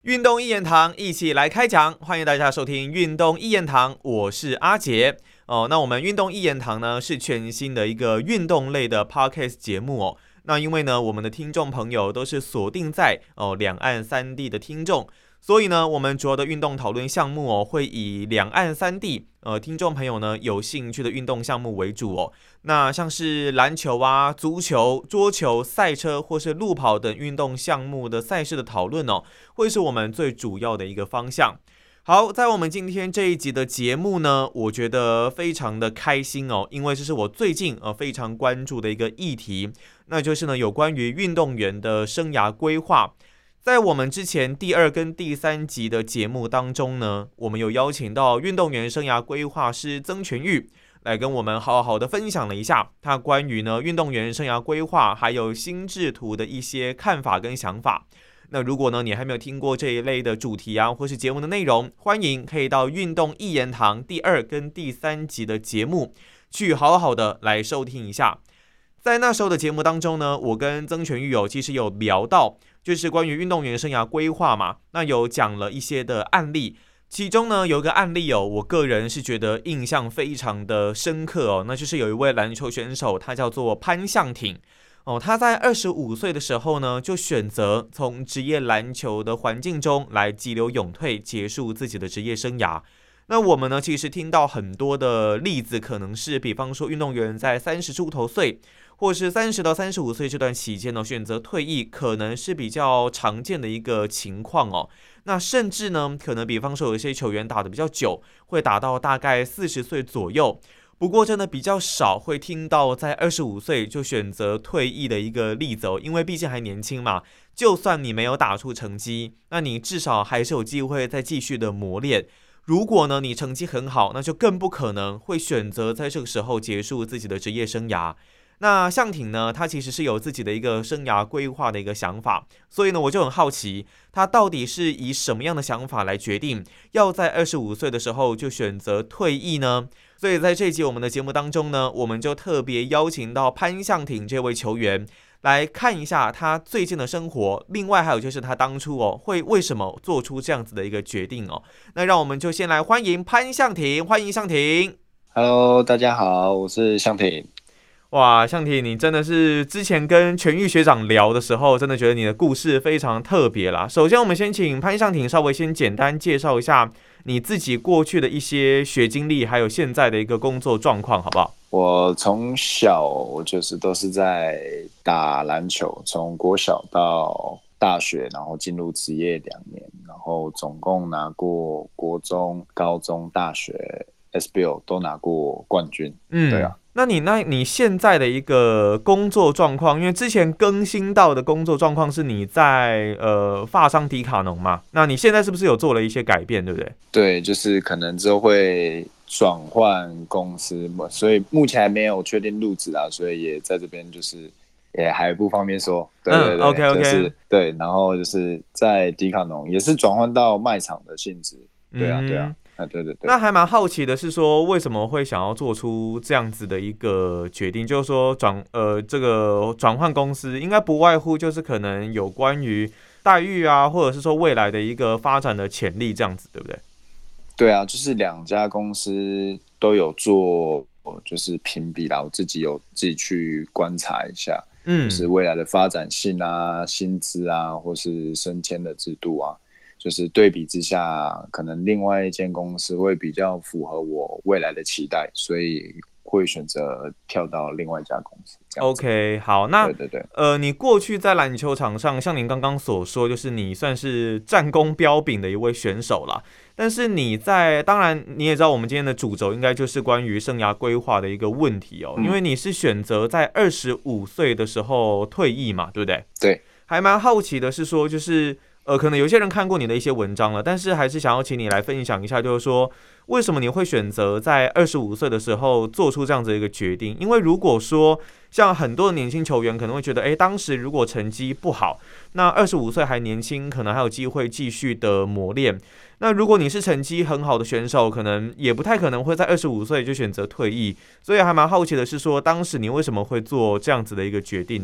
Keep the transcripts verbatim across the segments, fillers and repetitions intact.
运动一言堂，一起来开讲，欢迎大家收听运动一言堂，我是阿杰哦。那我们运动一言堂呢是全新的一个运动类的 podcast 节目哦。那因为呢，我们的听众朋友都是锁定在哦两岸三地的听众，所以呢，我们主要的运动讨论项目哦，会以两岸三地呃听众朋友呢有兴趣的运动项目为主哦。那像是篮球啊、足球、桌球、赛车或是路跑等运动项目的赛事的讨论哦，会是我们最主要的一个方向。好，在我们今天这一集的节目呢，我觉得非常的开心哦，因为这是我最近呃非常关注的一个议题，那就是呢有关于运动员的生涯规划。在我们之前第二跟第三集的节目当中呢，我们有邀请到运动员生涯规划师曾全玉来跟我们好好的分享了一下他关于呢运动员生涯规划还有心智图的一些看法跟想法。那如果呢你还没有听过这一类的主题啊，或是节目的内容，欢迎可以到运动一言堂第二跟第三集的节目去好好的来收听一下。在那时候的节目当中呢，我跟曾全玉友其实有聊到就是关于运动员生涯规划嘛，那有讲了一些的案例，其中呢有一个案例哦，我个人是觉得印象非常的深刻哦，那就是有一位篮球选手，他叫做潘向挺哦，他在二十五岁的时候呢，就选择从职业篮球的环境中来急流勇退，结束自己的职业生涯。那我们呢，其实听到很多的例子，可能是比方说运动员在三十出头岁，或是三十到三十五岁这段期间呢，选择退役，可能是比较常见的一个情况哦。那甚至呢，可能比方说有一些球员打得比较久，会打到大概四十岁左右。不过真的比较少会听到在二十五岁就选择退役的一个例子哦，因为毕竟还年轻嘛，就算你没有打出成绩，那你至少还是有机会再继续的磨练。如果呢你成绩很好，那就更不可能会选择在这个时候结束自己的职业生涯。那向挺呢，他其实是有自己的一个生涯规划的一个想法，所以呢，我就很好奇，他到底是以什么样的想法来决定要在二十五岁的时候就选择退役呢？所以在这一集我们的节目当中呢，我们就特别邀请到潘向挺这位球员来看一下他最近的生活，另外还有就是他当初哦会为什么做出这样子的一个决定哦。那让我们就先来欢迎潘向挺，欢迎向挺。 Hello， 大家好，我是向挺。 哇，向挺，你真的是之前跟全玉学长聊的时候，真的觉得你的故事非常特别啦。首先，我们先请潘向挺稍微先简单介绍一下你自己过去的一些学经历，还有现在的一个工作状况，好不好？ 我从小就是都是在打篮球，从国小到大学，然后进入职业两年，然后总共拿过国中、高中、大学 S B L 都拿过冠军。嗯，对啊。 那你那你现在的一个工作状况，因为之前更新到的工作状况是你在呃发商迪卡侬嘛，那你现在是不是有做了一些改变，对不对？ 对，就是可能之后会转换公司，所以目前还没有确定入职啊，所以也在这边就是也还不方便说。对对对， 嗯 ，OK OK， 就是对，然后就是在迪卡侬也是转换到卖场的性质。对啊对啊。啊、对对对， 那还蛮好奇的是说，为什么会想要做出这样子的一个决定？就是说转呃这个转换公司，应该不外乎就是可能有关于待遇啊，或者是说未来的一个发展的潜力这样子，对不对？ 对啊，就是两家公司都有做，就是评比啦，我自己有自己去观察一下，嗯，就是未来的发展性啊、薪资啊，或是升迁的制度啊。就是对比之下，可能另外一间公司会比较符合我未来的期待，所以会选择跳到另外一家公司。 OK， 好，那对对对， 呃，你过去在篮球场上，像您刚刚所说，就是你算是战功彪炳的一位选手啦。但是你在，当然你也知道，我们今天的主轴应该就是关于生涯规划的一个问题哦，嗯、因为你是选择在二十五岁的时候退役嘛，对不对？ 对， 还蛮好奇的是说，就是。呃，可能有些人看过你的一些文章了，但是还是想要请你来分享一下，就是说为什么你会选择在二十五岁的时候做出这样子的一个决定？因为如果说像很多的年轻球员可能会觉得，哎，当时如果成绩不好，那二十五岁还年轻，可能还有机会继续的磨练。那如果你是成绩很好的选手，可能也不太可能会在二十五岁就选择退役。所以还蛮好奇的是说，当时你为什么会做这样子的一个决定呢？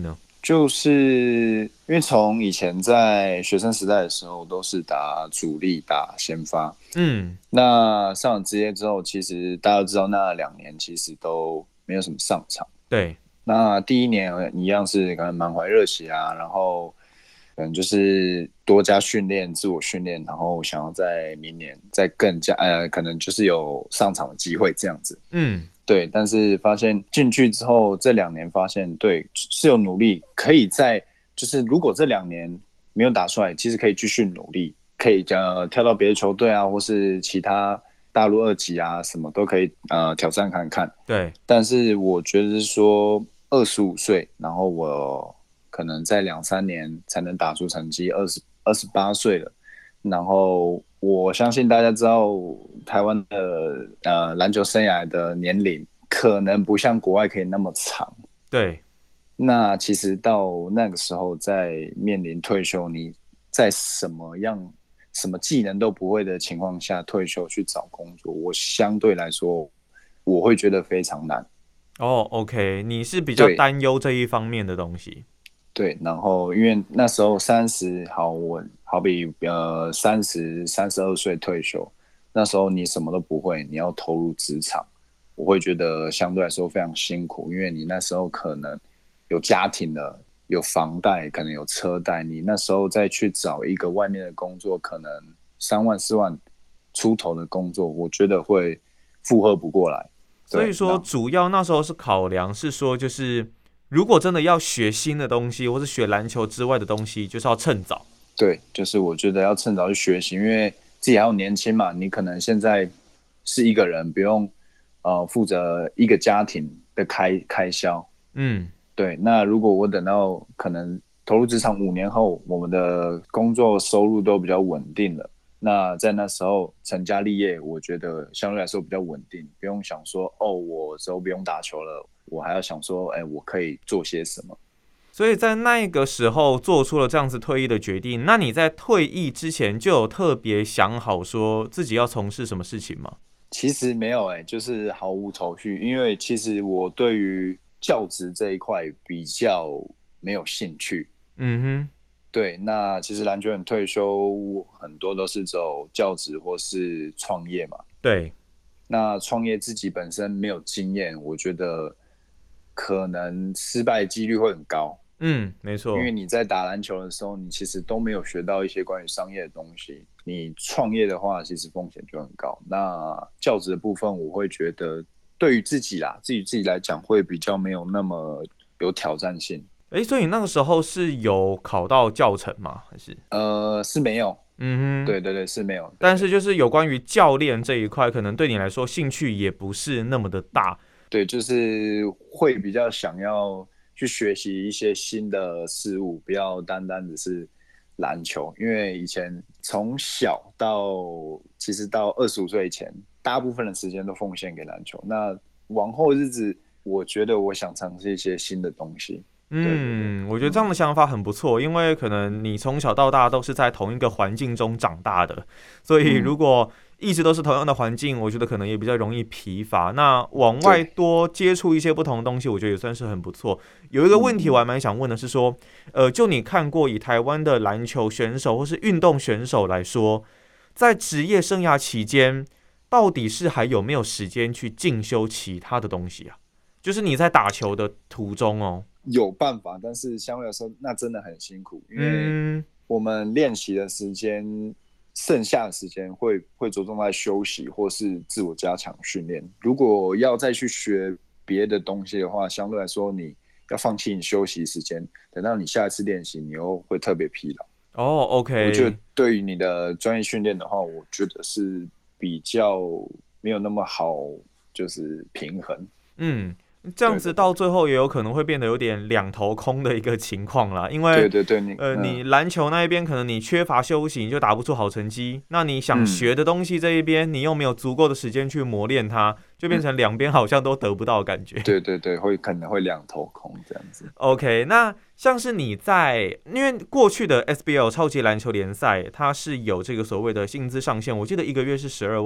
就是因为从以前在学生时代的时候都是打主力打先发，嗯，那上了职业之后，其实大家都知道那两年其实都没有什么上场， 对， 那第一年一样是可能满怀热血啊，然后可能就是多加训练、自我训练，然后想要在明年再更加呃，可能就是有上场的机会这样子，嗯。对，但是发现进去之后，这两年发现对是有努力，可以在就是如果这两年没有打出来，其实可以继续努力，可以呃跳到别的球队啊，或是其他大陆二级啊，什么都可以呃挑战看看。 对， 但是我觉得是说二十五岁，然后我可能在两三年才能打出成绩，二十二十八岁了，然后。我相信大家知道台湾的呃篮球生涯的年龄可能不像国外可以那么长。 对， 那其实到那个时候在面临退休，你在什么样什么技能都不会的情况下退休去找工作，我相对来说我会觉得非常难。 哦 ，OK， 你是比较担忧这一方面的东西。 对，然后因为那时候三十，好，我好比呃三十三十二岁退休，那时候你什么都不会，你要投入职场，我会觉得相对来说非常辛苦，因为你那时候可能有家庭了，有房贷，可能有车贷，你那时候再去找一个外面的工作，可能三万四万出头的工作，我觉得会负荷不过来。 所以说，主要那时候是考量是说，就是。如果真的要学新的东西，或是学篮球之外的东西，就是要趁早。 对，就是我觉得要趁早去学习，因为自己还有年轻嘛，你可能现在是一个人，不用呃负责一个家庭的开开销。嗯，对。那如果我等到可能投入职场五年后，我们的工作收入都比较稳定了，那在那时候成家立业，我觉得相对来说比较稳定，不用想说哦，我之后不用打球了。我还要想说，哎，我可以做些什么？ 所以在那个时候做出了这样子退役的决定。那你在退役之前就有特别想好说自己要从事什么事情吗？ 其实没有、欸，哎，就是毫无头绪。因为其实我对于教职这一块比较没有兴趣。嗯哼，对。那其实篮球员退休很多都是走教职或是创业嘛。 对。 那创业自己本身没有经验，我觉得。可能失败几率会很高， 嗯，没错， 因为你在打篮球的时候，你其实都没有学到一些关于商业的东西。你创业的话，其实风险就很高。那教职的部分，我会觉得对于自己啦，自己自己来讲，会比较没有那么有挑战性。 哎，所以你那个时候是有考到教程吗？还是？ 呃，是没有。嗯哼，对对对，是没有。 但是就是有关于教练这一块，可能对你来说兴趣也不是那么的大。 对，就是会比较想要去学习一些新的事物，不要单单只是篮球。因为以前从小到其实到二十五岁以前，大部分的时间都奉献给篮球。那往后日子，我觉得我想尝试一些新的东西。 嗯，对对对，我觉得这样的想法很不错，因为可能你从小到大都是在同一个环境中长大的，所以如果一直都是同样的环境，我觉得可能也比较容易疲乏。那往外多接触一些不同的东西，我觉得也算是很不错。有一个问题我还蛮想问的是说，呃，就你看过以台湾的篮球选手或是运动选手来说，在职业生涯期间，到底是还有没有时间去进修其他的东西啊？就是你在打球的途中哦。 有办法，但是相对来说，那真的很辛苦，因为我们练习的时间，剩下的时间会会着重在休息或是自我加强训练。如果要再去学别的东西的话，相对来说，你要放弃你休息时间，等到你下一次练习，你又会特别疲劳。 哦 ，OK。 我觉得对于你的专业训练的话，我觉得是比较没有那么好，就是平衡。嗯。 这样子到最后也有可能会变得有点两头空的一个情况啦，因为对对对，你呃，你篮球那一边可能你缺乏休息，你就打不出好成绩。那你想学的东西这一边，你又没有足够的时间去磨练它，就变成两边好像都得不到的感觉。 对对对，会可能会两头空这样子。 OK， 那像是你在，因为过去的 S B L 超级篮球联赛，它是有这个所谓的薪资上限，我记得一个月是十二万吧。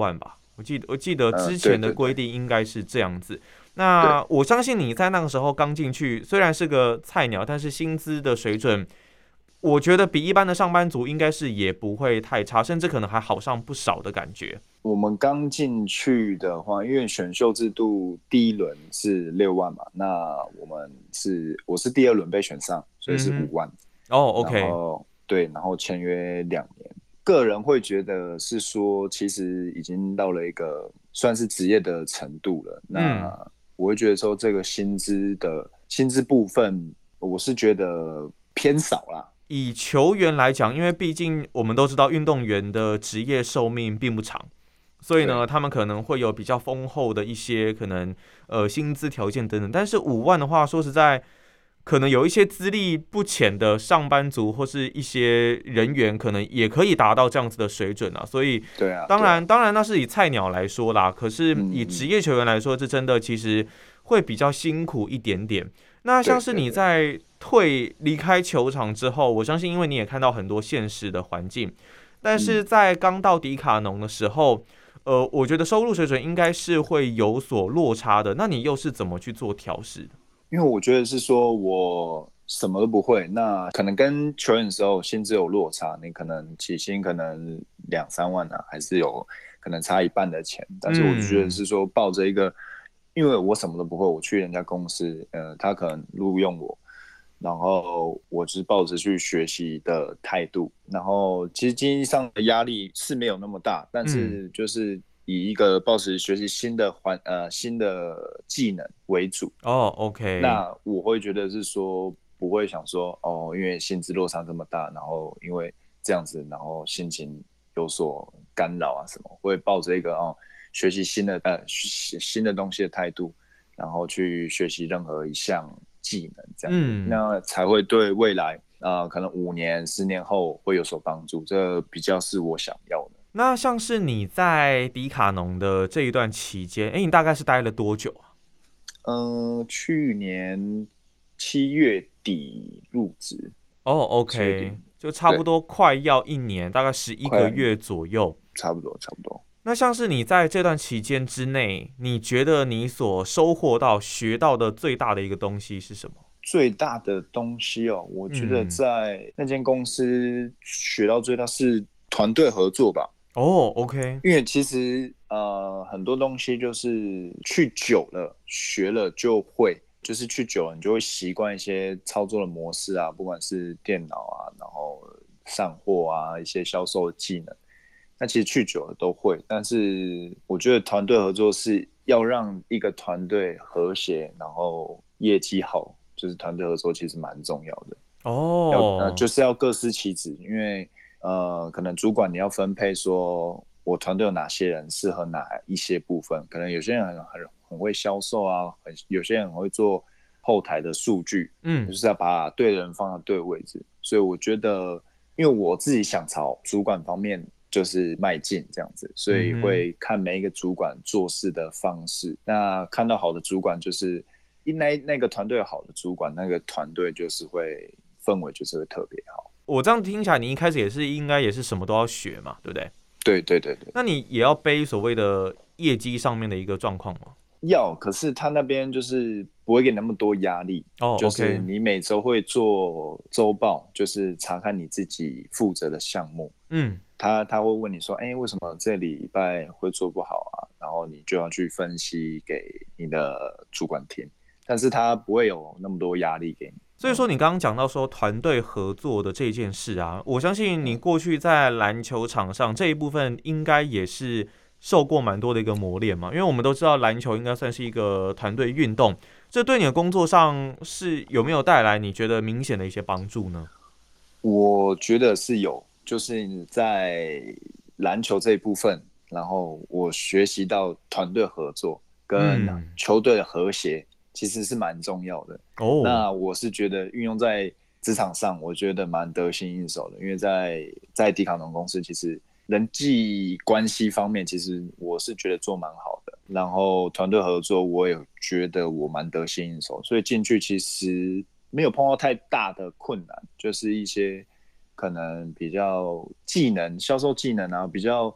我记得我记得之嗯，对对对前的规定应该是这样子。那我相信你在那个时候刚进去，虽然是个菜鸟，但是薪资的水准，我觉得比一般的上班族应该是也不会太差，甚至可能还好上不少的感觉。 我们刚进去的话，因为选秀制度第一轮是六万嘛，那我们是我是第二轮被选上，所以是五万。 哦然 ，OK， 后对，然后签约两年。个人会觉得是说，其实已经到了一个算是职业的程度了。 嗯， 那我会觉得说，这个薪资的薪资部分，我是觉得偏少啦。 以球员来讲，因为毕竟我们都知道运动员的职业寿命并不长，所以呢， 对他们可能会有比较丰厚的一些可能呃薪资条件等等。但是五万的话，说实在，可能有一些资历不浅的上班族或是一些人员，可能也可以达到这样子的水准啊。所以， 对啊， 当然， 对啊， 当然那是以菜鸟来说啦。可是以嗯嗯， 职业球员来说，这真的其实会比较辛苦一点点。那像是对对对， 你在退离开球场之后，我相信因为你也看到很多现实的环境，但是嗯。 在刚到迪卡侬的时候，呃，我觉得收入水准应该是会有所落差的。那你又是怎么去做调试的？ 因为我觉得是说我什么都不会，那可能跟球员的时候薪资有落差，你可能起薪可能两三万啊，还是有可能差一半的钱。但是我就觉得嗯， 是说抱着一个，因为我什么都不会，我去人家公司，呃，他可能录用我，然后我就是抱着去学习的态度，然后其实经济上的压力是没有那么大，但嗯， 是就是以一个抱持学习新的环呃新的技能为主。 哦，OK， 那我会觉得是说不会想说哦，因为薪资落差这么大，然后因为这样子，然后心情有所干扰啊什么，会抱着一个哦学习新的呃新的东西的态度，然后去学习任何一项技能这样子， 嗯。 那才会对未来呃可能五年十年后会有所帮助，这比较是我想要的。 那像是你在迪卡侬的这一段期间，哎，你大概是待了多久啊？ 嗯、呃去年七月底入职， 哦七月底 ，OK，就差不对。 多快要一年，大概十一快要一年， 个月左右。 差不多差不多。 那像是你在这段期间之内，你觉得你所收获到、学到的最大的一个东西是什么？ 最大的东西哦，我觉得嗯， 在那间公司学到最大是团队合作吧。 哦，OK， 因为其实呃很多东西就是去久了学了就会，就是去久了你就会习惯一些操作的模式啊，不管是电脑啊，然后上货啊，一些销售的技能。那其实去久了都会，但是我觉得团队合作是要让一个团队和谐，然后业绩好，就是团队合作其实蛮重要的。要呃哦， 就是要各司其职，因为呃可能主管你要分配说，我团队有哪些人适合哪一些部分，可能有些人很很很会销售啊，很有些人很会做后台的数据， 嗯就是要把对的人放在对的位置。所以我觉得，因为我自己想朝主管方面就是迈进这样子，所以嗯哼。 会看每一个主管做事的方式。那看到好的主管就是那那个团队好的主管，那个团队就是会氛围就是会特别好。 我这样听起来，你一开始也是应该也是什么都要学嘛，对不对？ 对对对对， 那你也要背所谓的业绩上面的一个状况吗？ 要，可是他那边就是不会给你那么多压力， 哦就是 ，OK， 你每周会做周报，就是查看你自己负责的项目。 嗯他他会问你说，哎，为什么这礼拜会做不好啊？然后你就要去分析给你的主管听，但是他不会有那么多压力给你。 所以说，你刚刚讲到说团队合作的这件事啊，我相信你过去在篮球场上这一部分应该也是受过蛮多的一个磨练嘛，因为我们都知道篮球应该算是一个团队运动，这对你的工作上是有没有带来你觉得明显的一些帮助呢？ 我觉得是有，就是在篮球这一部分，然后我学习到团队合作跟嗯， 球队的和谐，其实是蛮重要的。 哦， 那我是觉得运用在职场上，我觉得蛮得心应手的，因为在在迪卡侬公司，其实人际关系方面，其实我是觉得做蛮好的。然后团队合作，我也觉得我蛮得心应手，所以进去其实没有碰到太大的困难，就是一些可能比较技能、销售技能啊，比较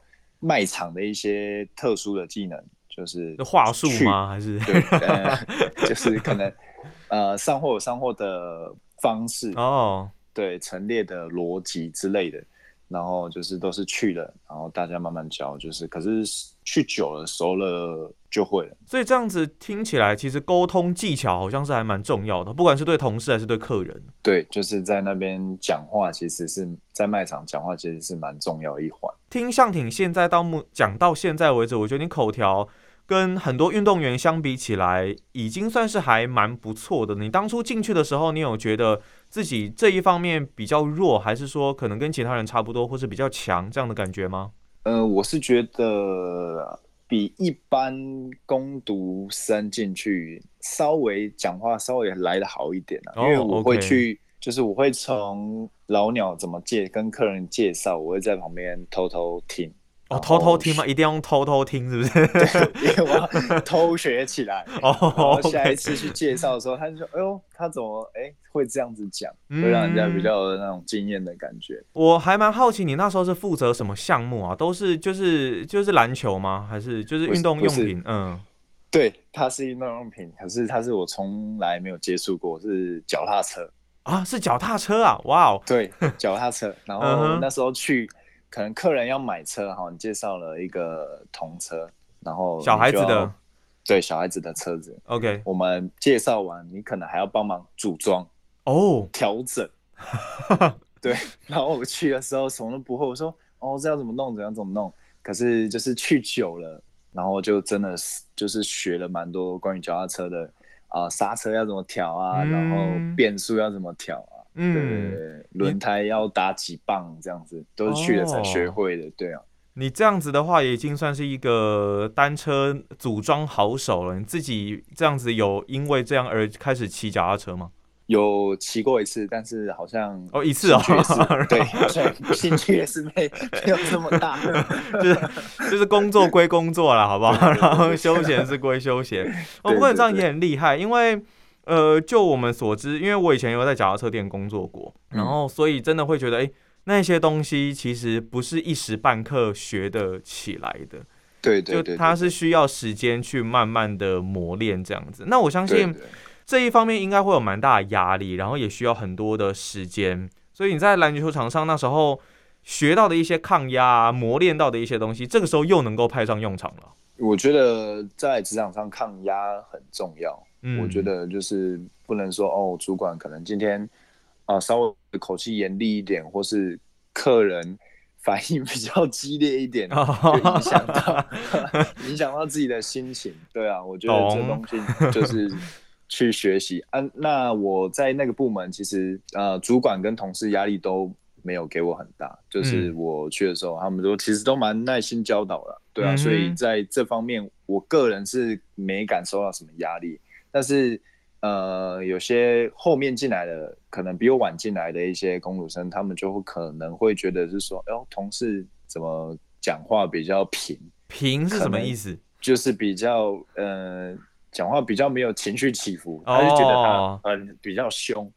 卖场的一些特殊的技能，就是话术吗？还是对、呃，就是可能呃上货有上货的方式哦，对，陈列的逻辑之类的。然后就是都是去了，然后大家慢慢教，就是可是去久了熟了就会了。 所以这样子听起来，其实沟通技巧好像是还蛮重要的，不管是对同事还是对客人。 对，就是在那边讲话，其实是在卖场讲话，其实是蛮重要的一环。 听向挺现在到目讲到现在为止，我觉得你口条跟很多运动员相比起来，已经算是还蛮不错的。你当初进去的时候，你有觉得自己这一方面比较弱，还是说可能跟其他人差不多，或是比较强这样的感觉吗？ 呃，我是觉得比一般工读生进去稍微讲话稍微来得好一点啊， oh, 因为我会去， okay. 就是我会从老鸟怎么介跟客人介绍，我会在旁边偷偷听。 哦，偷偷听吗？一定要用偷偷听，是不是？ 对，因为我要偷学起来。哦，然后下一次去介绍的时候，他就说：“哎呦，他怎么哎会这样子讲？”会让人家比较有那种经验的感觉。 我还蛮好奇，你那时候是负责什么项目啊？都是就是就是篮球吗？还是就是运动用品？嗯， 对，它是运动用品，可是它是我从来没有接触过，是脚踏车啊，是脚踏车啊！哇哦， 对，脚踏车。然后那时候去。可能客人要买车哈，你介绍了一个童车，然后小孩子的， 对，小孩子的车子 ，OK， 我们介绍完，你可能还要帮忙组装哦， 调整，对，然后我去的时候什么都不会，我说哦，这要怎么弄，怎样怎么弄，可是就是去久了，然后就真的是就是学了蛮多关于脚踏车的啊，刹车要怎么调啊，嗯、然后变速要怎么调啊。嗯，对，轮胎要打几磅这样子，都是去了才学会的，哦、对啊。 你这样子的话，也已经算是一个单车组装好手了。你自己这样子有因为这样而开始骑脚踏车吗？ 有骑过一次，但是好像哦一次哦， 对，好像兴趣也是没没有这么大， 就是就是工作归工作啦，好不好？然后休闲是归休闲。哦，不过这样也很厉害，因为。呃，就我们所知，因为我以前有在脚踏车店工作过，然后所以真的会觉得，哎、欸，那些东西其实不是一时半刻学得起来的， 对对 对, 对， 就它是需要时间去慢慢的磨练这样子。那我相信这一方面应该会有蛮大的压力，然后也需要很多的时间。所以你在篮球场上那时候学到的一些抗压、啊、磨练到的一些东西，这个时候又能够派上用场了。 我觉得在职场上抗压很重要。嗯、我觉得就是不能说哦，主管可能今天啊、呃、稍微口气严厉一点，或是客人反应比较激烈一点，就影响到影响到自己的心情。对啊，我觉得这东西就是去学习啊。那我在那个部门，其实呃，主管跟同事压力都没有给我很大，就是我去的时候，他们都其实都蛮耐心教导了。对啊，嗯、所以在这方面，我个人是没感受到什么压力。但是，呃，有些后面进来的，可能比我晚进来的一些工读生，他们就会可能会觉得是说，哎呦，同事怎么讲话比较平？ 平是什么意思？ 就是比较呃，讲话比较没有情绪起伏，他就觉得他很、呃、比较凶。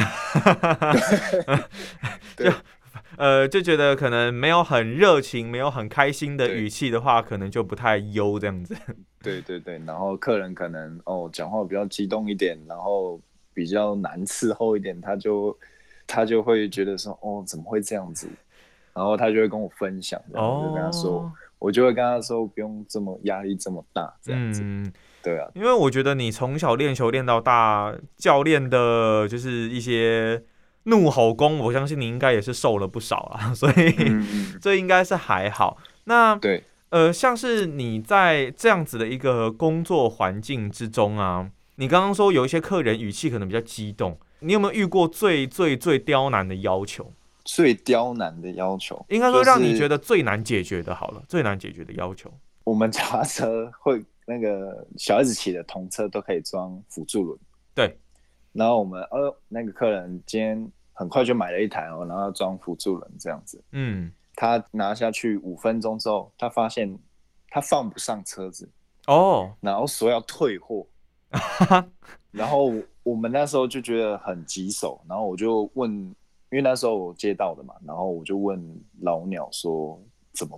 对。呃，就觉得可能没有很热情，没有很开心的语气的话，可能就不太优这样子。 对对对，然后客人可能哦讲话比较激动一点，然后比较难伺候一点，他就他就会觉得说哦怎么会这样子，然后他就会跟我分享，然后我就跟他说，哦、我就会跟他说不用这么压力这么大这样子。嗯，对啊， 因为我觉得你从小练球练到大，教练的就是一些。怒吼功，我相信你应该也是受了不少啊，所以、嗯、这应该是还好。那对， 呃，像是你在这样子的一个工作环境之中啊，你刚刚说有一些客人语气可能比较激动，你有没有遇过最最最刁难的要求？ 最刁难的要求， 应该说让你觉得最难解决的，好了，最难解决的要求。 我们脚踏车会那个小孩子骑的童车都可以装辅助轮， 对。 然后我们呃那个客人今天很快就买了一台哦，然后装辅助轮这样子。嗯，他拿下去五分钟之后，他发现他放不上车子哦，然后说要退货。然后我们那时候就觉得很棘手，然后我就问，因为那时候我接到的嘛，然后我就问老鸟说怎么办？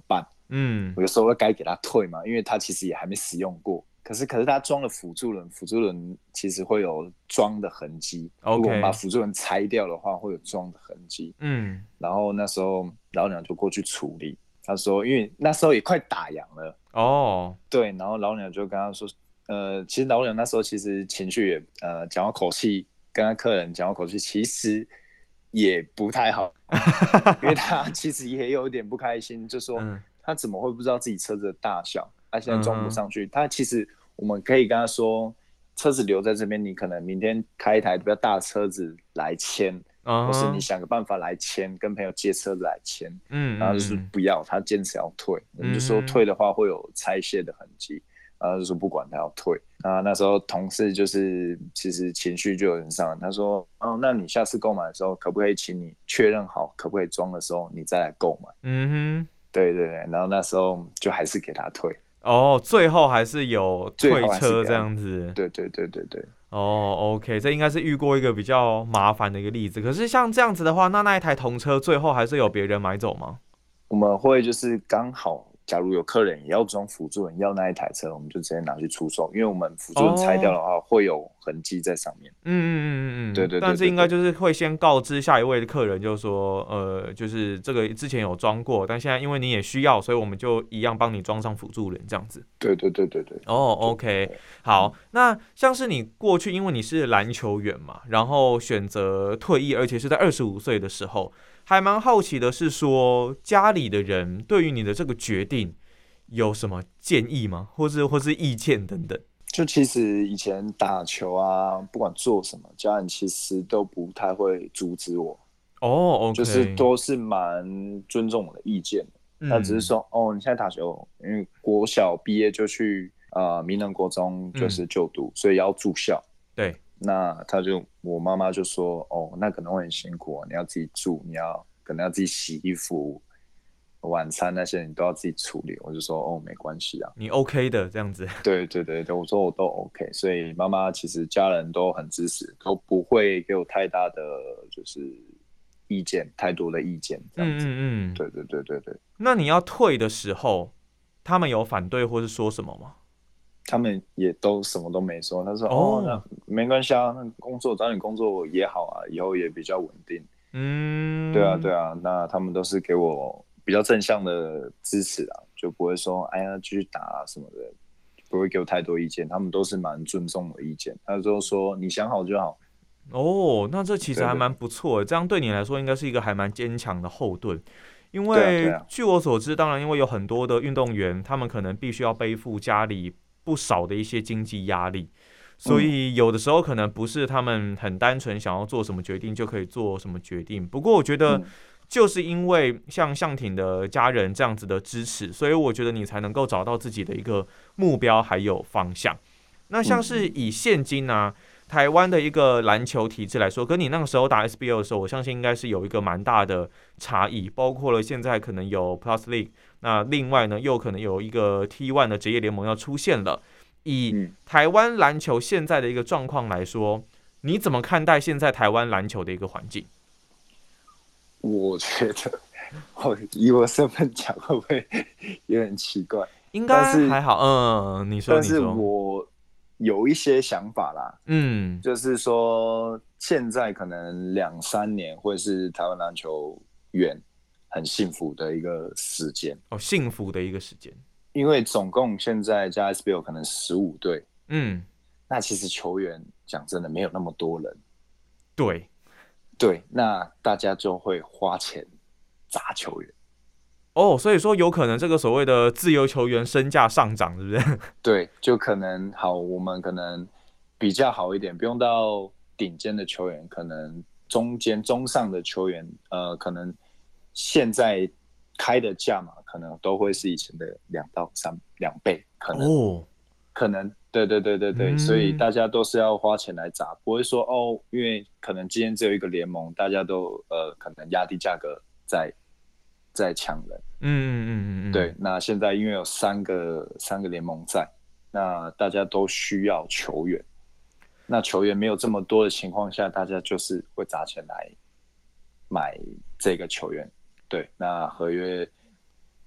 嗯，我有时候会该给他退嘛，因为他其实也还没使用过。可是可是他装了辅助轮，辅助轮其实会有装的痕迹。Okay. 如果我们把辅助轮拆掉的话，会有装的痕迹。嗯，然后那时候老娘就过去处理。他说，因为那时候也快打烊了。哦，对，然后老娘就跟他说，呃，其实老娘那时候其实情绪也，呃，讲话口气跟他客人讲话口气其实也不太好，因为他其实也有点不开心，就说他怎么会不知道自己车子的大小，他现在装不上去。嗯、他其实我们可以跟他说，车子留在这边，你可能明天开一台比较大的车子来签，或是你想个办法来签，跟朋友借车子来签。嗯，然后就是不要，他坚持要退，我们就说退的话会有拆卸的痕迹。然后就说不管他要退，那那时候同事就是其实情绪就有点上来，他说：“哦，那你下次购买的时候，可不可以请你确认好可不可以装的时候，你再来购买？”嗯哼，对对对，然后那时候就还是给他退。 哦，最后还是有退车这样子。 对对对对对。 哦 ，OK， 这应该是遇过一个比较麻烦的一个例子。可是像这样子的话，那那一台童车最后还是有别人买走吗？ 我们会就是刚好。假如有客人也要装辅助轮，要那一台车，我们就直接拿去出售，因为我们辅助轮拆掉的话，会有痕迹在上面。嗯嗯嗯嗯嗯，对 对, 對, 對, 對。但是应该就是会先告知下一位的客人，就是说，呃，就是这个之前有装过，但现在因为你也需要，所以我们就一样帮你装上辅助轮这样子。 对对对对对。 哦 ，OK， 好，那像是你过去，因为你是篮球员嘛，然后选择退役，而且是在二十五岁的时候。还蛮好奇的是说，家里的人对于你的这个决定有什么建议吗？或是或是意见等等？ 就其实以前打球啊，不管做什么，家人其实都不太会阻止我。 哦、oh, ，OK， 就是都是蛮尊重我的意见的。嗯、那只是说，哦，你现在打球，因为国小毕业就去呃民能国中就是就读，嗯、所以要住校。 对。 那他就我妈妈就说，哦，那可能会很辛苦、哦，你要自己住，你要可能要自己洗衣服、晚餐那些你都要自己处理。我就说，哦，没关系啊， 你 OK 的这样子。 对对对对，我说我都 OK， 所以妈妈其实家人都很支持，都不会给我太大的就是意见，太多的意见这样子。嗯嗯嗯，对对对对对。 那你要退的时候，他们有反对或是说什么吗？ 他们也都什么都没说，他说：“ oh. 哦，那没关系啊，那工作找你工作也好啊，以后也比较稳定。”嗯，对啊，对啊，那他们都是给我比较正向的支持啊，就不会说哎呀继续打啊什么的，不会给我太多意见，他们都是蛮尊重我的意见，他就说你想好就好。 哦，那这其实还蛮不错的，这样对你来说应该是一个还蛮坚强的后盾。因为据我所知，当然因为有很多的运动员，他们可能必须要背负家里不少的一些经济压力，所以有的时候可能不是他们很单纯想要做什么决定就可以做什么决定。不过我觉得就是因为像向挺的家人这样子的支持，所以我觉得你才能够找到自己的一个目标还有方向。那像是以现今啊台湾的一个篮球体制来说，跟你那个时候打 S B L 的时候，我相信应该是有一个蛮大的差异，包括了现在可能有 Plus League， 那另外呢又可能有一个 T 一 的职业联盟要出现了。以台湾篮球现在的一个状况来说，你怎么看待现在台湾篮球的一个环境？ 我觉得，我以我身份讲会不会有点奇怪？ 应该还好，嗯，你说， 但是我有一些想法啦，嗯，就是说现在可能两三年会是台湾篮球员很幸福的一个时间哦，幸福的一个时间， 因为总共现在加 S B L 可能十五队，嗯，那其实球员讲真的没有那么多人， 对， 对，那大家就会花钱砸球员。 哦，所以说有可能这个所谓的自由球员身价上涨，是不是？ 对，就可能好，我们可能比较好一点，不用到顶尖的球员，可能中间中上的球员，呃，可能现在开的价码可能都会是以前的两到三两倍，可能，哦、可能，对对对对对、嗯，所以大家都是要花钱来砸，不会说哦，因为可能今天只有一个联盟，大家都呃可能压低价格在。在抢人，嗯嗯嗯嗯，对。那现在因为有三个三个联盟在，那大家都需要球员，那球员没有这么多的情况下，大家就是会砸钱来买这个球员。对，那合约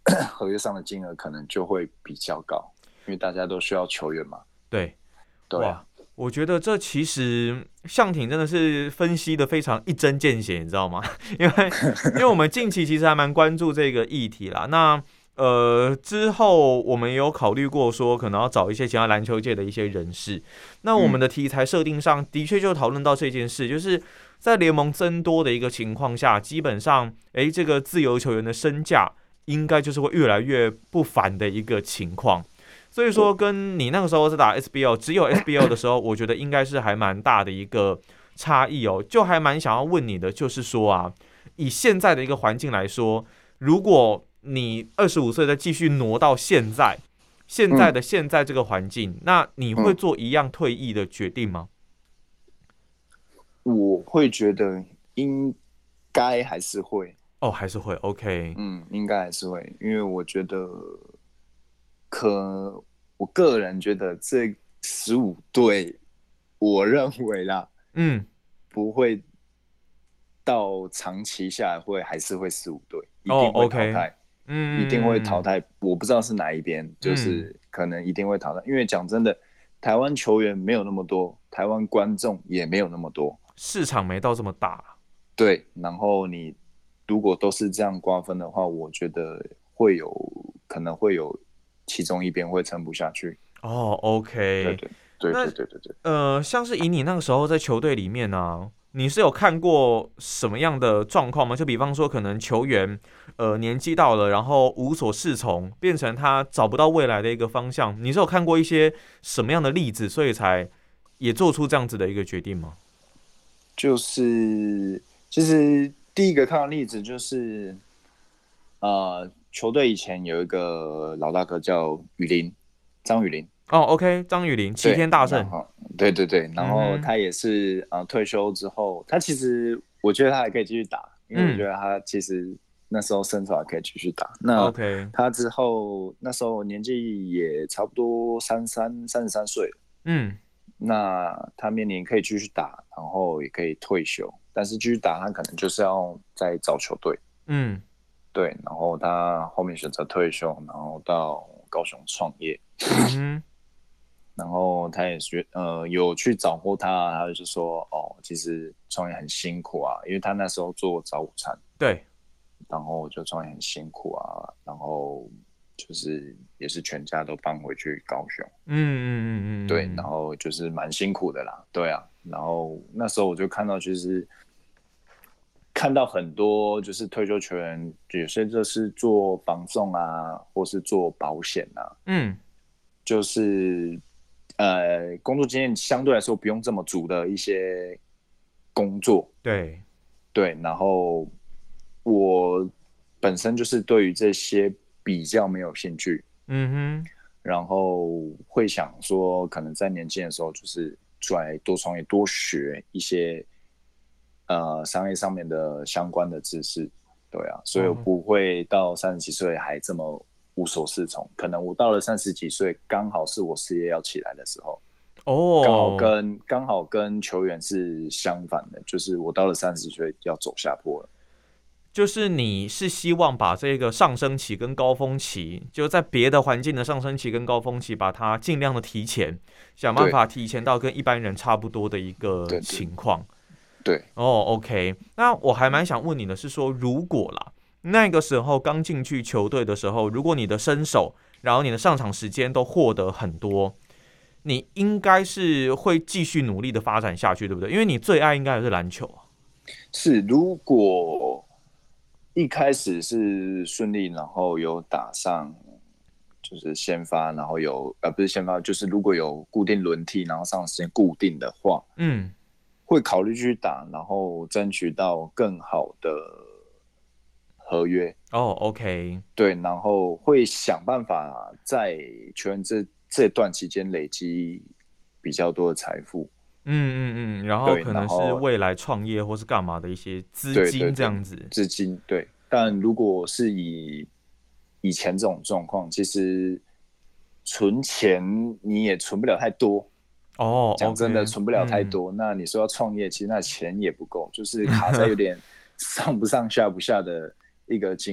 合约上的金额可能就会比较高，因为大家都需要球员嘛。 对， 对啊， 我觉得这其实象挺真的是分析的非常一针见血，你知道吗？因为因为我们近期其实还蛮关注这个议题啦。那呃之后我们也有考虑过说，可能要找一些其他篮球界的一些人士。那我们的题材设定上的确就讨论到这件事，就是在联盟增多的一个情况下，基本上，哎，这个自由球员的身价应该就是会越来越不凡的一个情况。所以说，跟你那个时候是打 S B L， 只有 S B L 的时候，我觉得应该是还蛮大的一个差异哦。就还蛮想要问你的，就是说啊，以现在的一个环境来说，如果你二十五岁再继续挪到现在，现在的现在这个环境，嗯、那你会做一样退役的决定吗？ 我会觉得应该还是会。 哦，还是会 ，OK， 嗯，应该还是会，因为我觉得。可我个人觉得这十五队，我认为啦， 嗯， 不会到长期下来会还是会十五队，一哦定会淘汰， ，OK， 嗯， 一定会淘汰。我不知道是哪一边，就是嗯可能一定会淘汰，因为讲真的，台湾球员没有那么多，台湾观众也没有那么多， 市场没到这么大。 对，然后你如果都是这样瓜分的话，我觉得会有可能会有其中一边会撑不下去。 哦，OK， 对对对对对对对。 呃，像是以你那个时候在球队里面呢、啊，你是有看过什么样的状况吗？就比方说，可能球员呃年纪到了，然后无所适从，变成他找不到未来的一个方向。你是有看过一些什么样的例子，所以才也做出这样子的一个决定吗？ 就是其实第一个看到例子就是，呃，球队以前有一个老大哥叫雨林，张雨林。 哦 ，OK， 张雨林，齐天大圣。 对对对，然后他也是、嗯、呃退休之后，他其实我觉得他还可以继续打，因为我觉得他其实那时候身手还可以继续打。那 OK， 他之后那时候年纪也差不多三三三十三岁了，嗯，那他面临可以继续打，然后也可以退休，但是继续打他可能就是要再找球队，嗯，对，然后他后面选择退休，然后到高雄创业。嗯，然后他也学呃有去找过他，他就说哦，其实创业很辛苦啊，因为他那时候做早午餐，对，然后就创业很辛苦啊，然后就是也是全家都搬回去高雄，嗯嗯嗯嗯，对，然后就是蛮辛苦的啦，对啊，然后那时候我就看到其实看到很多就是退休球员，有些就是做房仲啊，或是做保险啊，嗯，就是。呃，工作经验相对来说不用这么足的一些工作，对对，然后我本身就是对于这些比较没有兴趣，嗯哼，然后会想说，可能在年轻的时候就是出来多创业，多学一些呃商业上面的相关的知识，对啊，所以我不会到三十几岁还这么。无所适从，可能我到了三十几岁，刚好是我事业要起来的时候，哦，刚好跟刚好跟球员是相反的，就是我到了三十几岁要走下坡了。 就是你是希望把这个上升期跟高峰期，就在别的环境的上升期跟高峰期，把它尽量的提前，想办法提前到跟一般人差不多的一个情况。 对，对哦 ，OK， 那我还蛮想问你的是说，如果啦。那个时候刚进去球队的时候，如果你的身手，然后你的上场时间都获得很多，你应该是会继续努力的发展下去，对不对？因为你最爱应该还是篮球啊。 是，如果一开始是顺利，然后有打上，就是先发，然后有呃不是先发，就是如果有固定轮替，然后上场时间固定的话，嗯，会考虑继续打，然后争取到更好的。合约哦、oh, ，OK， 对，然后会想办法在球员这这段期间累积比较多的财富， 嗯嗯嗯，然后可能是未来创业或是干嘛的一些资金这样子，对对对资金对。但如果是以以前这种状况，其实存钱你也存不了太多哦， 讲真的， okay, 存不了太多。嗯、那你说要创业，其实那钱也不够，就是卡在有点上不上下不下的。一个金额，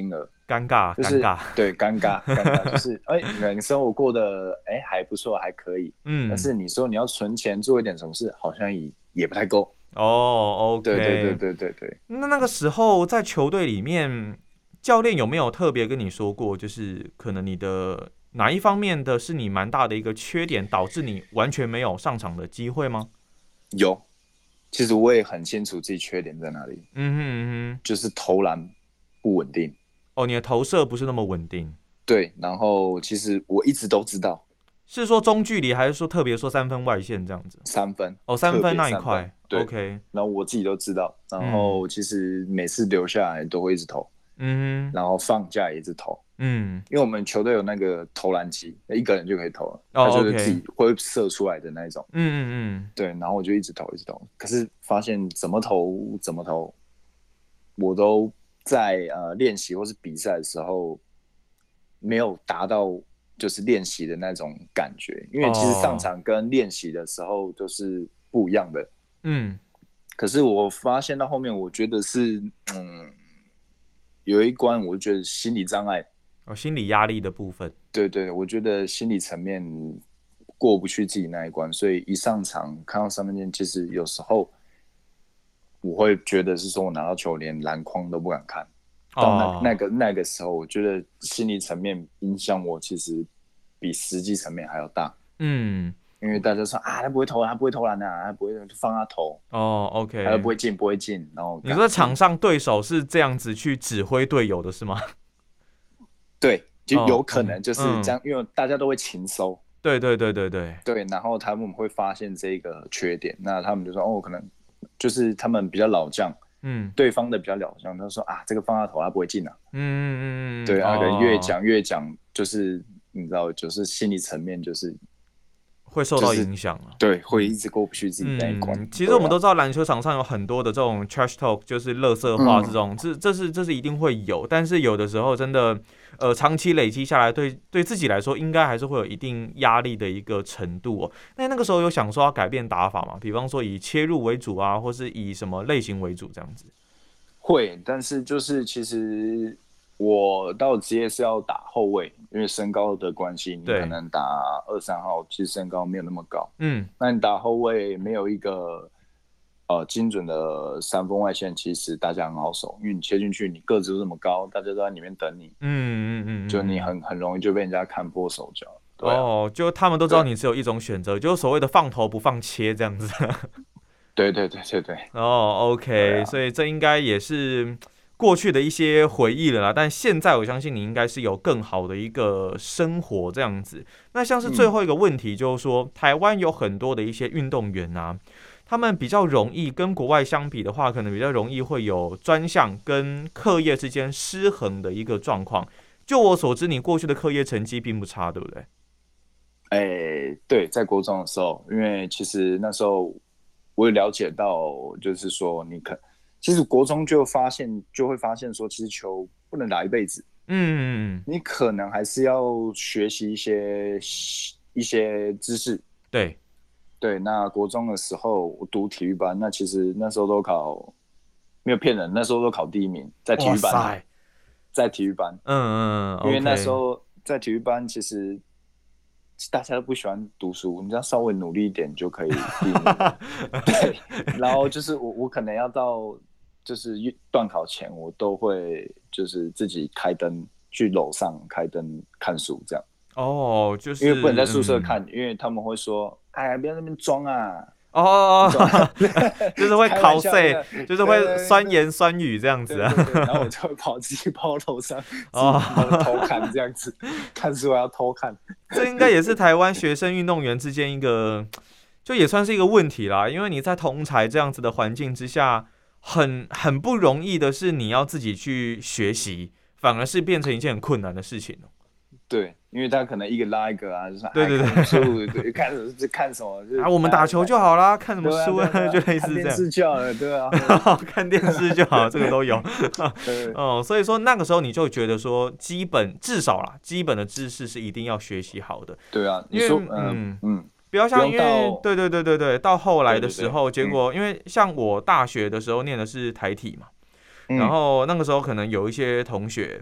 尴尬， 就是尴尬， 对，尴尬，尴尬，就是哎，人生活过得哎还不错，还可以， 嗯， 但是你说你要存钱做一点什么事，好像也也不太够。 哦，OK， 对对对对对对。 那那个时候在球队里面，教练有没有特别跟你说过，就是可能你的哪一方面的是你蛮大的一个缺点，导致你完全没有上场的机会吗？ 有，其实我也很清楚自己缺点在哪里， 嗯哼嗯哼， 就是投篮不稳定。 哦，你的投射不是那么稳定。 对，然后其实我一直都知道， 是说中距离，还是说特别说三分外线这样子？ 三分哦，三分那一三分块对 ，OK。 然后我自己都知道，然后其实每次留下来都会一直投， 嗯然后放假也一直投， 嗯， 因为我们球队有那个投篮机，一个人就可以投了， 哦他就是 OK 自己会射出来的那一种。 嗯嗯嗯， 对，然后我就一直投，一直投，可是发现怎么投怎么投，我都在呃练习或是比赛的时候没有达到就是练习的那种感觉，因为其实上场跟练习的时候都是不一样的。 嗯， 可是我发现到后面，我觉得是嗯有一关，我觉得心理障碍。 哦，心理压力的部分。 对对，我觉得心理层面过不去自己那一关，所以一上场看到三分线，其实有时候我会觉得是说我拿到球连篮筐都不敢看。到那、 哦、 那个那个时候，我觉得心理层面影响我，其实比实际层面还要大。 嗯， 因为大家说啊，他不会投篮，他不会投篮啊，他不会放他投。 哦 OK， 他不会进，不会进。然后你说场上对手是这样子去指挥队友的是吗？ 对，就有可能就是这样， 哦嗯、 因为大家都会勤收。 对对对对对对，然后他们会发现这个缺点，那他们就说哦，可能就是他们比较老将。嗯，对方的比较老将，他说啊，这个放他头他不会进啊。嗯嗯嗯，对，他可能越讲越讲，就是你知道，就是心理层面就是会受到影响啊。 对，会一直过不去自己那一关。 嗯，其实我们都知道篮球场上有很多的这种 trash talk， 就是垃圾话这种，嗯、这这是这是一定会有，但是有的时候真的，呃，长期累积下来对，对对自己来说，应该还是会有一定压力的一个程度哦。那那个时候有想说要改变打法嘛？比方说以切入为主啊，或是以什么类型为主这样子？ 会，但是就是其实我到职业是要打后卫，因为身高的关系，你可能打二三号，其实身高没有那么高。嗯，那你打后卫没有一个呃精准的三分外线，其实大家很好守，因为你切进去，你个子都这么高，大家都在里面等你。嗯嗯嗯，就你很很容易就被人家看破手脚。对啊、 哦，就他们都知道你只有一种选择，就是所谓的放投不放切这样子。 对对对对对。 哦 ，OK，、啊、所以这应该也是过去的一些回忆了啦。但现在我相信你应该是有更好的一个生活这样子。那像是最后一个问题，就是说、嗯、台湾有很多的一些运动员啊，他们比较容易跟国外相比的话，可能比较容易会有专项跟课业之间失衡的一个状况。就我所知，你过去的课业成绩并不差，对不对？ 哎、欸，对，在国中的时候，因为其实那时候我有了解到，就是说你可其实国中就发现就会发现说，其实球不能打一辈子，嗯，你可能还是要学习一些一些知识。 对对，那国中的时候我读体育班，那其实那时候都考没有骗人，那时候都考第一名，在体育班，在体育班，嗯嗯，因为那时候在体育班其实。大家都不喜欢读书，你只要稍微努力一点就可以第一名。对，然后就是我我可能要到就是段考前，我都会就是自己开灯去楼上开灯看书这样。 哦，就是因为不能在宿舍看，嗯、因为他们会说，哎呀，不要在那边装啊。 哦，就是会考试，就是会酸言酸语这样子啊。 对对对，然后我就会跑自己跑楼上，哦，偷看这样子，看书还要偷看。 这应该也是台湾学生运动员之间一个，就也算是一个问题啦。因为你在同侪这样子的环境之下，很很不容易的是你要自己去学习，反而是变成一件很困难的事情。 对，因为他可能一个拉一个啊，就是对对对， 看书对看什么就看什么，就是、 啊，我们打球就好啦，看什么书啊，就类似这样。看电视就好了，对啊， 看电视就好，这个都有。哦，所以说那个时候你就觉得说，基本至少啦，基本的知识是一定要学习好的。 对啊，你说嗯嗯， 不要像因为对对对对对，到后来的时候，对对对结果、嗯、因为像我大学的时候念的是台体嘛，嗯、然后那个时候可能有一些同学。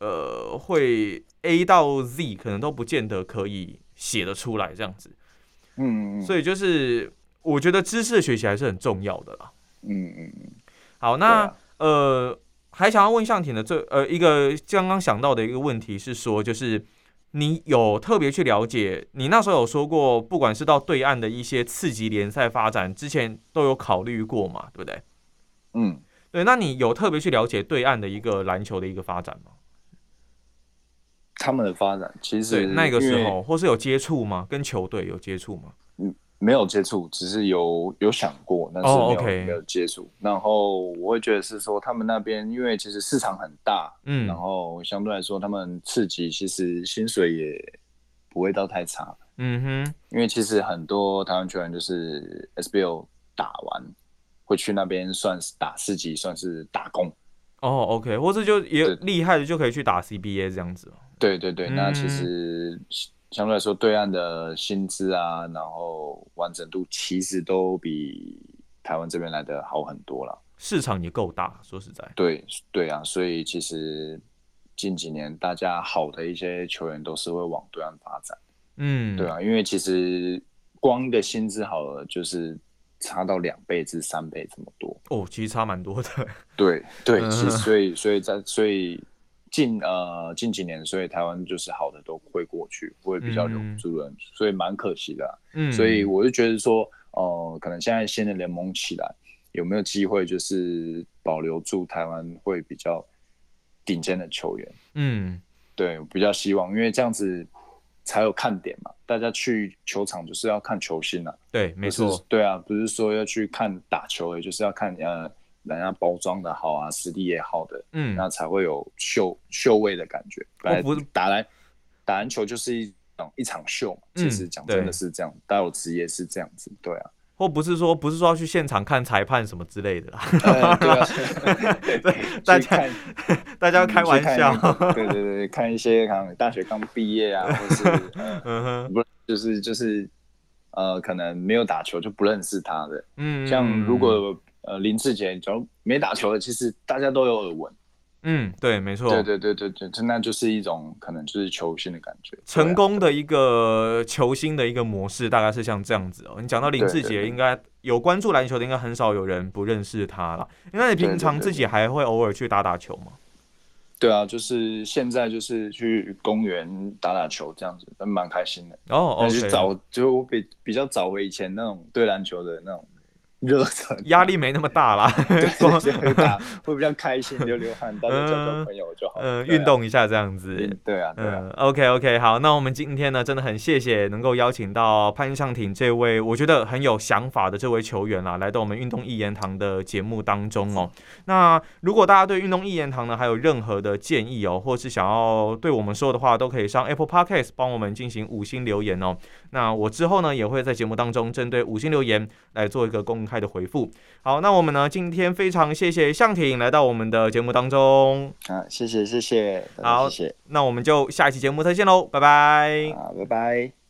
呃会 A 到 Z 可能都不见得可以写得出来这样子。 嗯， 所以就是我觉得知识的学习还是很重要的啦。 嗯嗯嗯。 好，那、啊、呃还想要问向挺的这呃一个刚刚想到的一个问题是说，就是你有特别去了解，你那时候有说过，不管是到对岸的一些次级联赛发展，之前都有考虑过嘛，对不对？ 嗯， 对，那你有特别去了解对岸的一个篮球的一个发展吗？ 他们的发展其实对那个时候，或是有接触吗？跟球队有接触吗？ 嗯，没有接触，只是有有想过，但是没有、oh, okay. 没有接触。然后我会觉得是说，他们那边因为其实市场很大，嗯，然后相对来说，他们刺激其实薪水也不会到太差，嗯哼。因为其实很多台湾球员就是 S B L 打完会去那边算是打四级，算是打工。 哦、oh, ，OK， 或者就也厉害的就可以去打 C B A 这样子。 对对对，嗯、那其实相对来说，对岸的薪资啊，然后完整度其实都比台湾这边来的好很多了。 市场也够大，说实在。 对对啊，所以其实近几年大家好的一些球员都是会往对岸发展。嗯，对啊，因为其实光的薪资好了，就是差到两倍至三倍这么多。 哦，其实差蛮多的。 对对，其实所以所以在所以。近呃近几年，所以台湾就是好的都会过去，会比较留不住人，嗯、所以蛮可惜的、啊。嗯，所以我就觉得说，呃，可能现在新的联盟起来，有没有机会就是保留住台湾会比较顶尖的球员？嗯，对，比较希望，因为这样子才有看点嘛。大家去球场就是要看球星啊。 对，没错。 对啊，不是说要去看打球，也就是要看呃。人家包装的好啊，实力也好的，嗯，那才会有秀秀味的感觉。来打篮打篮球就是一种一场秀嘛，其实讲真的是这样，大有职业是这样子，对啊。 或不是说不是说要去现场看裁判什么之类的啦， 呃、对啊， 对，大家大家开玩笑， 对对对，看一些可能大学刚毕业啊，或是呃，嗯、不就是就是呃，可能没有打球就不认识他的，嗯，像如果。呃，林志杰，假如没打球的，其实大家都有耳闻。 嗯，对，没错。 对对对对对，那就是一种可能就是球星的感觉。 成功的一个球星的一个模式，大概是像这样子哦。你讲到林志杰，应该有关注篮球的，应该很少有人不认识他啦。那你平常自己还会偶尔去打打球吗？ 对啊，就是现在就是去公园打打球这样子，蛮开心的。 哦，但是早就比比较早回以前那种对篮球的那种。热忱， 压力没那么大啦， 对，会打会比较开心，流流汗，大家交交朋友就好。 嗯，运、啊、动一下这样子。 对啊，对啊。 嗯 ，OK OK， 好，那我们今天呢，真的很谢谢能够邀请到潘向挺这位我觉得很有想法的这位球员啦，来到我们运动一言堂的节目当中哦。那如果大家对运动一言堂呢还有任何的建议哦，或是想要对我们说的话，都可以上 Apple Podcast 帮我们进行五星留言哦。那我之后呢也会在节目当中针对五星留言来做一个公开的回复。好，那我们呢今天非常谢谢向挺来到我们的节目当中。 啊，谢谢谢谢， 好， 谢谢。 那我们就下一期节目再见喽，拜拜。 啊，拜拜。